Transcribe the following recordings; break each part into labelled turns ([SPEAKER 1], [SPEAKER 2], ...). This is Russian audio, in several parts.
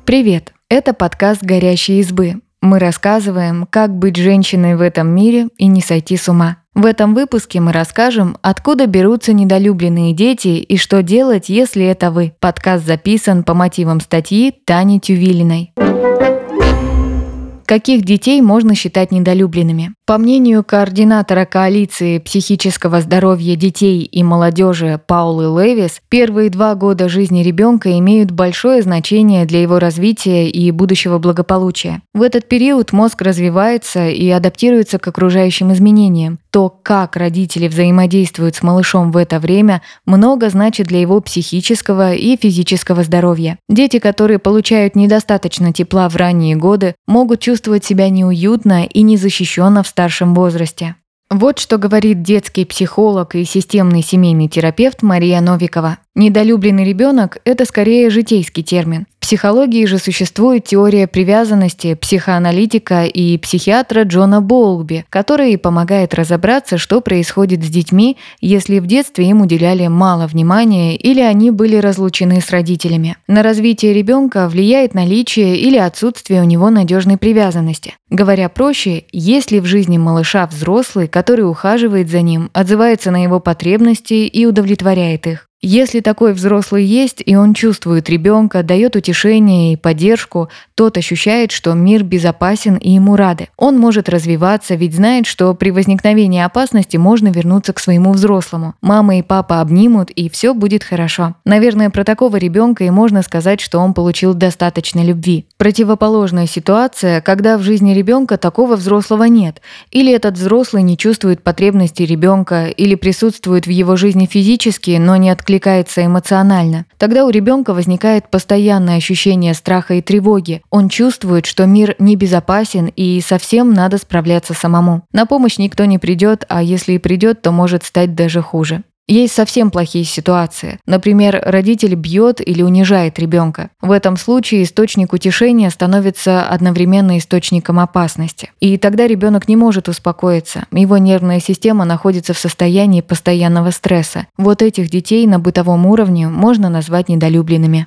[SPEAKER 1] Привет! Это подкаст «Горящие избы». Мы рассказываем, как быть женщиной в этом мире и не сойти с ума. В этом выпуске мы расскажем, откуда берутся недолюбленные дети и что делать, если это вы. Подкаст записан по мотивам статьи Тани Тювилиной. Каких детей можно считать недолюбленными? По мнению координатора коалиции психического здоровья детей и молодежи Паулы Левис, первые 2 года жизни ребенка имеют большое значение для его развития и будущего благополучия. В этот период мозг развивается и адаптируется к окружающим изменениям. То, как родители взаимодействуют с малышом в это время, много значит для его психического и физического здоровья. Дети, которые получают недостаточно тепла в ранние годы, могут чувствовать себя неуютно и незащищенно в старшем возрасте. Вот что говорит детский психолог и системный семейный терапевт Мария Новикова. Недолюбленный ребенок – это скорее житейский термин. В психологии же существует теория привязанности психоаналитика и психиатра Джона Боулби, который помогает разобраться, что происходит с детьми, если в детстве им уделяли мало внимания или они были разлучены с родителями. На развитие ребенка влияет наличие или отсутствие у него надежной привязанности. Говоря проще, есть ли в жизни малыша взрослый, который ухаживает за ним, отзывается на его потребности и удовлетворяет их. Если такой взрослый есть, и он чувствует ребенка, дает утешение и поддержку, тот ощущает, что мир безопасен и ему рады. Он может развиваться, ведь знает, что при возникновении опасности можно вернуться к своему взрослому. Мама и папа обнимут, и все будет хорошо. Наверное, про такого ребенка и можно сказать, что он получил достаточно любви. Противоположная ситуация, когда в жизни ребенка такого взрослого нет, или этот взрослый не чувствует потребностей ребенка, или присутствует в его жизни физически, но не откликается эмоционально. Тогда у ребенка возникает постоянное ощущение страха и тревоги. Он чувствует, что мир небезопасен и совсем надо справляться самому. На помощь никто не придет, а если и придет, то может стать даже хуже. Есть совсем плохие ситуации. Например, родитель бьет или унижает ребенка. В этом случае источник утешения становится одновременно источником опасности. И тогда ребенок не может успокоиться. Его нервная система находится в состоянии постоянного стресса. Вот этих детей на бытовом уровне можно назвать недолюбленными.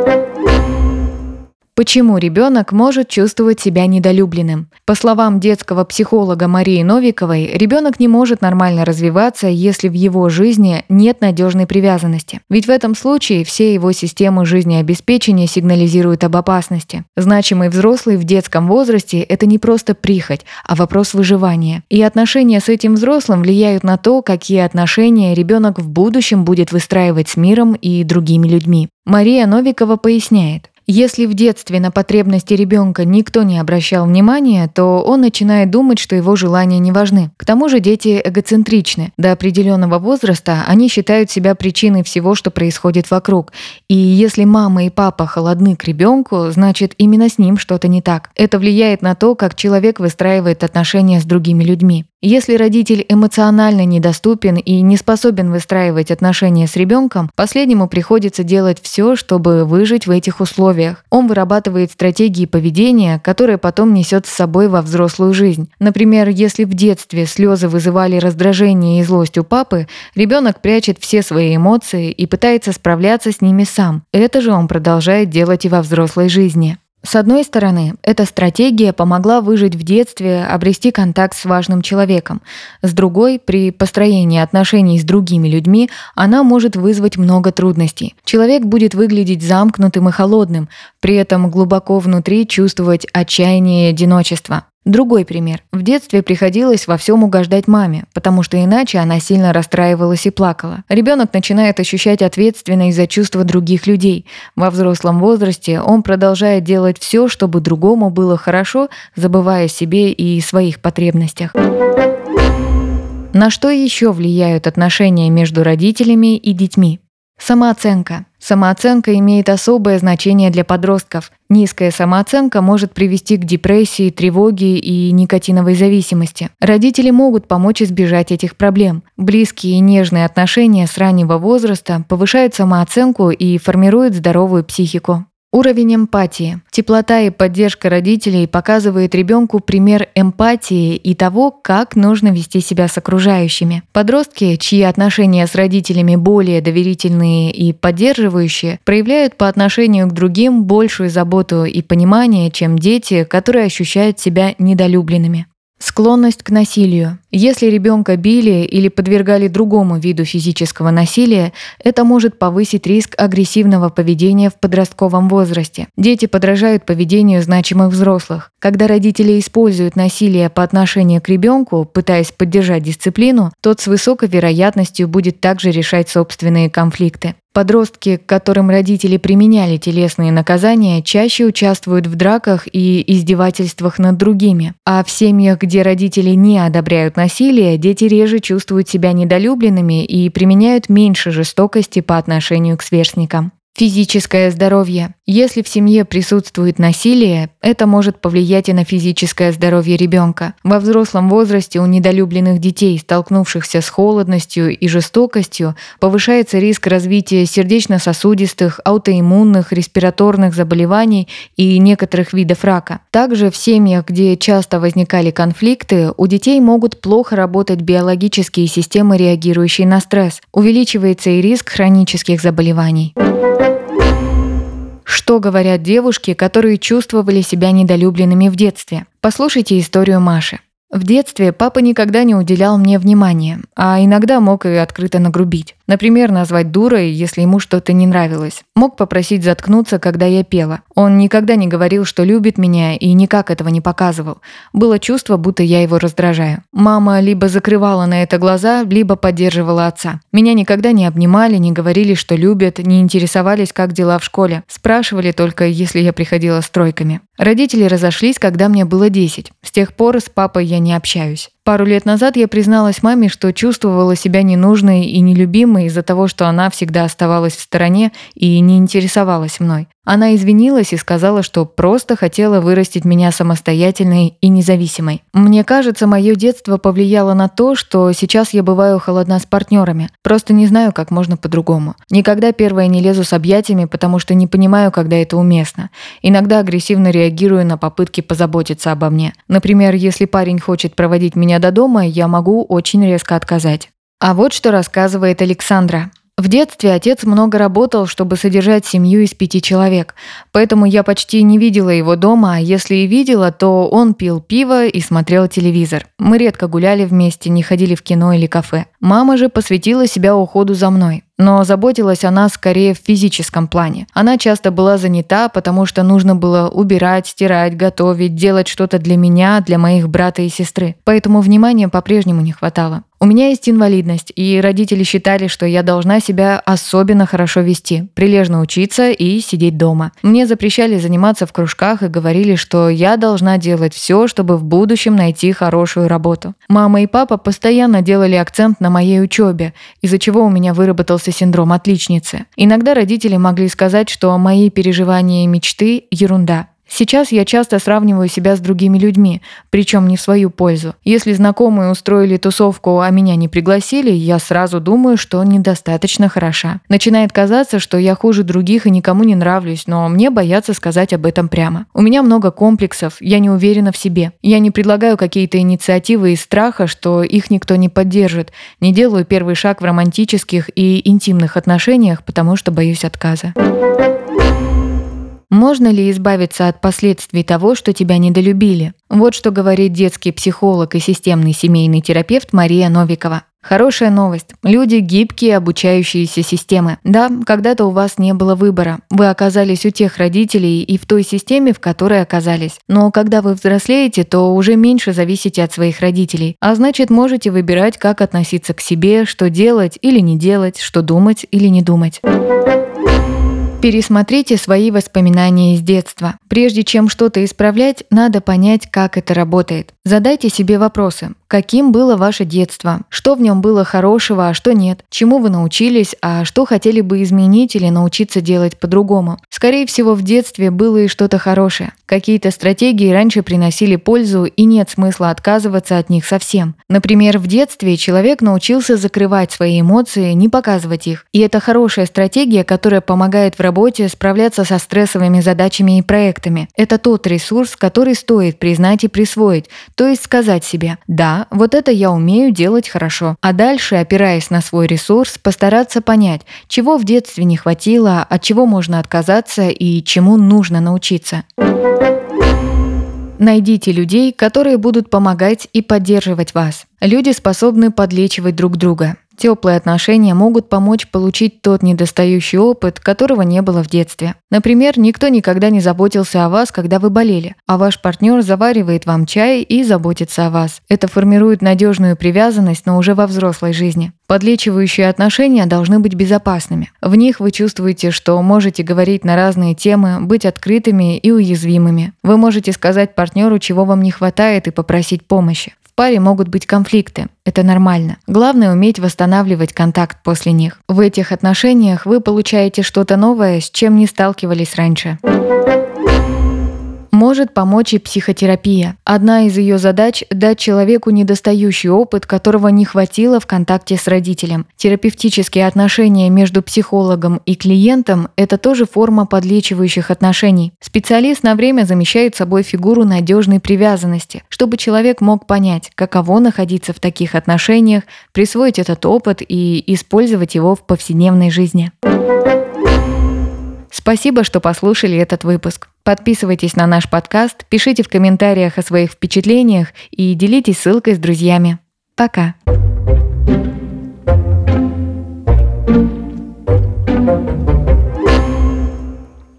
[SPEAKER 1] Почему ребенок может чувствовать себя недолюбленным? По словам детского психолога Марии Новиковой, ребенок не может нормально развиваться, если в его жизни нет надежной привязанности. Ведь в этом случае все его системы жизнеобеспечения сигнализируют об опасности. Значимый взрослый в детском возрасте – это не просто прихоть, а вопрос выживания. И отношения с этим взрослым влияют на то, какие отношения ребенок в будущем будет выстраивать с миром и другими людьми. Мария Новикова поясняет. Если в детстве на потребности ребенка никто не обращал внимания, то он начинает думать, что его желания не важны. К тому же дети эгоцентричны. До определенного возраста они считают себя причиной всего, что происходит вокруг. И если мама и папа холодны к ребенку, значит именно с ним что-то не так. Это влияет на то, как человек выстраивает отношения с другими людьми. Если родитель эмоционально недоступен и не способен выстраивать отношения с ребенком, последнему приходится делать все, чтобы выжить в этих условиях. Он вырабатывает стратегии поведения, которые потом несет с собой во взрослую жизнь. Например, если в детстве слезы вызывали раздражение и злость у папы, ребенок прячет все свои эмоции и пытается справляться с ними сам. Это же он продолжает делать и во взрослой жизни. С одной стороны, эта стратегия помогла выжить в детстве, обрести контакт с важным человеком. С другой, при построении отношений с другими людьми, она может вызвать много трудностей. Человек будет выглядеть замкнутым и холодным, при этом глубоко внутри чувствовать отчаяние и одиночество. Другой пример. В детстве приходилось во всем угождать маме, потому что иначе она сильно расстраивалась и плакала. Ребенок начинает ощущать ответственность за чувства других людей. Во взрослом возрасте он продолжает делать все, чтобы другому было хорошо, забывая о себе и своих потребностях. На что еще влияют отношения между родителями и детьми? Самооценка. Самооценка имеет особое значение для подростков. Низкая самооценка может привести к депрессии, тревоге и никотиновой зависимости. Родители могут помочь избежать этих проблем. Близкие и нежные отношения с раннего возраста повышают самооценку и формируют здоровую психику. Уровень эмпатии. Теплота и поддержка родителей показывает ребенку пример эмпатии и того, как нужно вести себя с окружающими. Подростки, чьи отношения с родителями более доверительные и поддерживающие, проявляют по отношению к другим большую заботу и понимание, чем дети, которые ощущают себя недолюбленными. Склонность к насилию. Если ребенка били или подвергали другому виду физического насилия, это может повысить риск агрессивного поведения в подростковом возрасте. Дети подражают поведению значимых взрослых. Когда родители используют насилие по отношению к ребенку, пытаясь поддержать дисциплину, тот с высокой вероятностью будет также решать собственные конфликты. Подростки, к которым родители применяли телесные наказания, чаще участвуют в драках и издевательствах над другими. А в семьях, где родители не одобряют насилие, дети реже чувствуют себя недолюбленными и применяют меньше жестокости по отношению к сверстникам. Физическое здоровье. Если в семье присутствует насилие, это может повлиять и на физическое здоровье ребенка. Во взрослом возрасте у недолюбленных детей, столкнувшихся с холодностью и жестокостью, повышается риск развития сердечно-сосудистых, аутоиммунных, респираторных заболеваний и некоторых видов рака. Также в семьях, где часто возникали конфликты, у детей могут плохо работать биологические системы, реагирующие на стресс. Увеличивается и риск хронических заболеваний. Что говорят девушки, которые чувствовали себя недолюбленными в детстве? Послушайте историю Маши. В детстве папа никогда не уделял мне внимания, а иногда мог и открыто нагрубить. Например, назвать дурой, если ему что-то не нравилось. Мог попросить заткнуться, когда я пела. Он никогда не говорил, что любит меня, и никак этого не показывал. Было чувство, будто я его раздражаю. Мама либо закрывала на это глаза, либо поддерживала отца. Меня никогда не обнимали, не говорили, что любят, не интересовались, как дела в школе. Спрашивали только, если я приходила с тройками. Родители разошлись, когда мне было 10. С тех пор с папой я не общаюсь. Пару лет назад я призналась маме, что чувствовала себя ненужной и нелюбимой из-за того, что она всегда оставалась в стороне и не интересовалась мной. Она извинилась и сказала, что просто хотела вырастить меня самостоятельной и независимой. Мне кажется, мое детство повлияло на то, что сейчас я бываю холодна с партнерами. Просто не знаю, как можно по-другому. Никогда первая не лезу с объятиями, потому что не понимаю, когда это уместно. Иногда агрессивно реагирую на попытки позаботиться обо мне. Например, если парень хочет проводить меня до дома, я могу очень резко отказать. А вот что рассказывает Александра. В детстве отец много работал, чтобы содержать семью из 5 человек, поэтому я почти не видела его дома, а если и видела, то он пил пиво и смотрел телевизор. Мы редко гуляли вместе, не ходили в кино или кафе. Мама же посвятила себя уходу за мной. Но заботилась она скорее в физическом плане. Она часто была занята, потому что нужно было убирать, стирать, готовить, делать что-то для меня, для моих брата и сестры. Поэтому внимания по-прежнему не хватало. У меня есть инвалидность, и родители считали, что я должна себя особенно хорошо вести, прилежно учиться и сидеть дома. Мне запрещали заниматься в кружках и говорили, что я должна делать все, чтобы в будущем найти хорошую работу. Мама и папа постоянно делали акцент на моей учебе, из-за чего у меня выработался синдром отличницы. Иногда родители могли сказать, что мои переживания и мечты – ерунда. Сейчас я часто сравниваю себя с другими людьми, причем не в свою пользу. Если знакомые устроили тусовку, а меня не пригласили, я сразу думаю, что недостаточно хороша. Начинает казаться, что я хуже других и никому не нравлюсь, но мне боятся сказать об этом прямо. У меня много комплексов, я не уверена в себе. Я не предлагаю какие-то инициативы из страха, что их никто не поддержит. Не делаю первый шаг в романтических и интимных отношениях, потому что боюсь отказа. Можно ли избавиться от последствий того, что тебя недолюбили? Вот что говорит детский психолог и системный семейный терапевт Мария Новикова. Хорошая новость. Люди – гибкие обучающиеся системы. Да, когда-то у вас не было выбора. Вы оказались у тех родителей и в той системе, в которой оказались. Но когда вы взрослеете, то уже меньше зависите от своих родителей. А значит, можете выбирать, как относиться к себе, что делать или не делать, что думать или не думать. Пересмотрите свои воспоминания из детства. Прежде чем что-то исправлять, надо понять, как это работает. Задайте себе вопросы. каким было ваше детство, что в нем было хорошего, а что нет, чему вы научились, а что хотели бы изменить или научиться делать по-другому. Скорее всего, в детстве было и что-то хорошее. Какие-то стратегии раньше приносили пользу, и нет смысла отказываться от них совсем. Например, в детстве человек научился закрывать свои эмоции, не показывать их. И это хорошая стратегия, которая помогает в работе справляться со стрессовыми задачами и проектами. Это тот ресурс, который стоит признать и присвоить, то есть сказать себе: «Да, вот это я умею делать хорошо». А дальше, опираясь на свой ресурс, постараться понять, чего в детстве не хватило, от чего можно отказаться и чему нужно научиться. Найдите людей, которые будут помогать и поддерживать вас. Люди способны подлечивать друг друга. Теплые отношения могут помочь получить тот недостающий опыт, которого не было в детстве. Например, никто никогда не заботился о вас, когда вы болели, а ваш партнер заваривает вам чай и заботится о вас. Это формирует надежную привязанность, но уже во взрослой жизни. Подлечивающие отношения должны быть безопасными. В них вы чувствуете, что можете говорить на разные темы, быть открытыми и уязвимыми. Вы можете сказать партнеру, чего вам не хватает, и попросить помощи. В паре могут быть конфликты. Это нормально. Главное — уметь восстанавливать контакт после них. В этих отношениях вы получаете что-то новое, с чем не сталкивались раньше. Может помочь и психотерапия. Одна из ее задач – дать человеку недостающий опыт, которого не хватило в контакте с родителем. Терапевтические отношения между психологом и клиентом – это тоже форма подлечивающих отношений. Специалист на время замещает собой фигуру надежной привязанности, чтобы человек мог понять, каково находиться в таких отношениях, присвоить этот опыт и использовать его в повседневной жизни. Спасибо, что послушали этот выпуск. Подписывайтесь на наш подкаст, пишите в комментариях о своих впечатлениях и делитесь ссылкой с друзьями. Пока!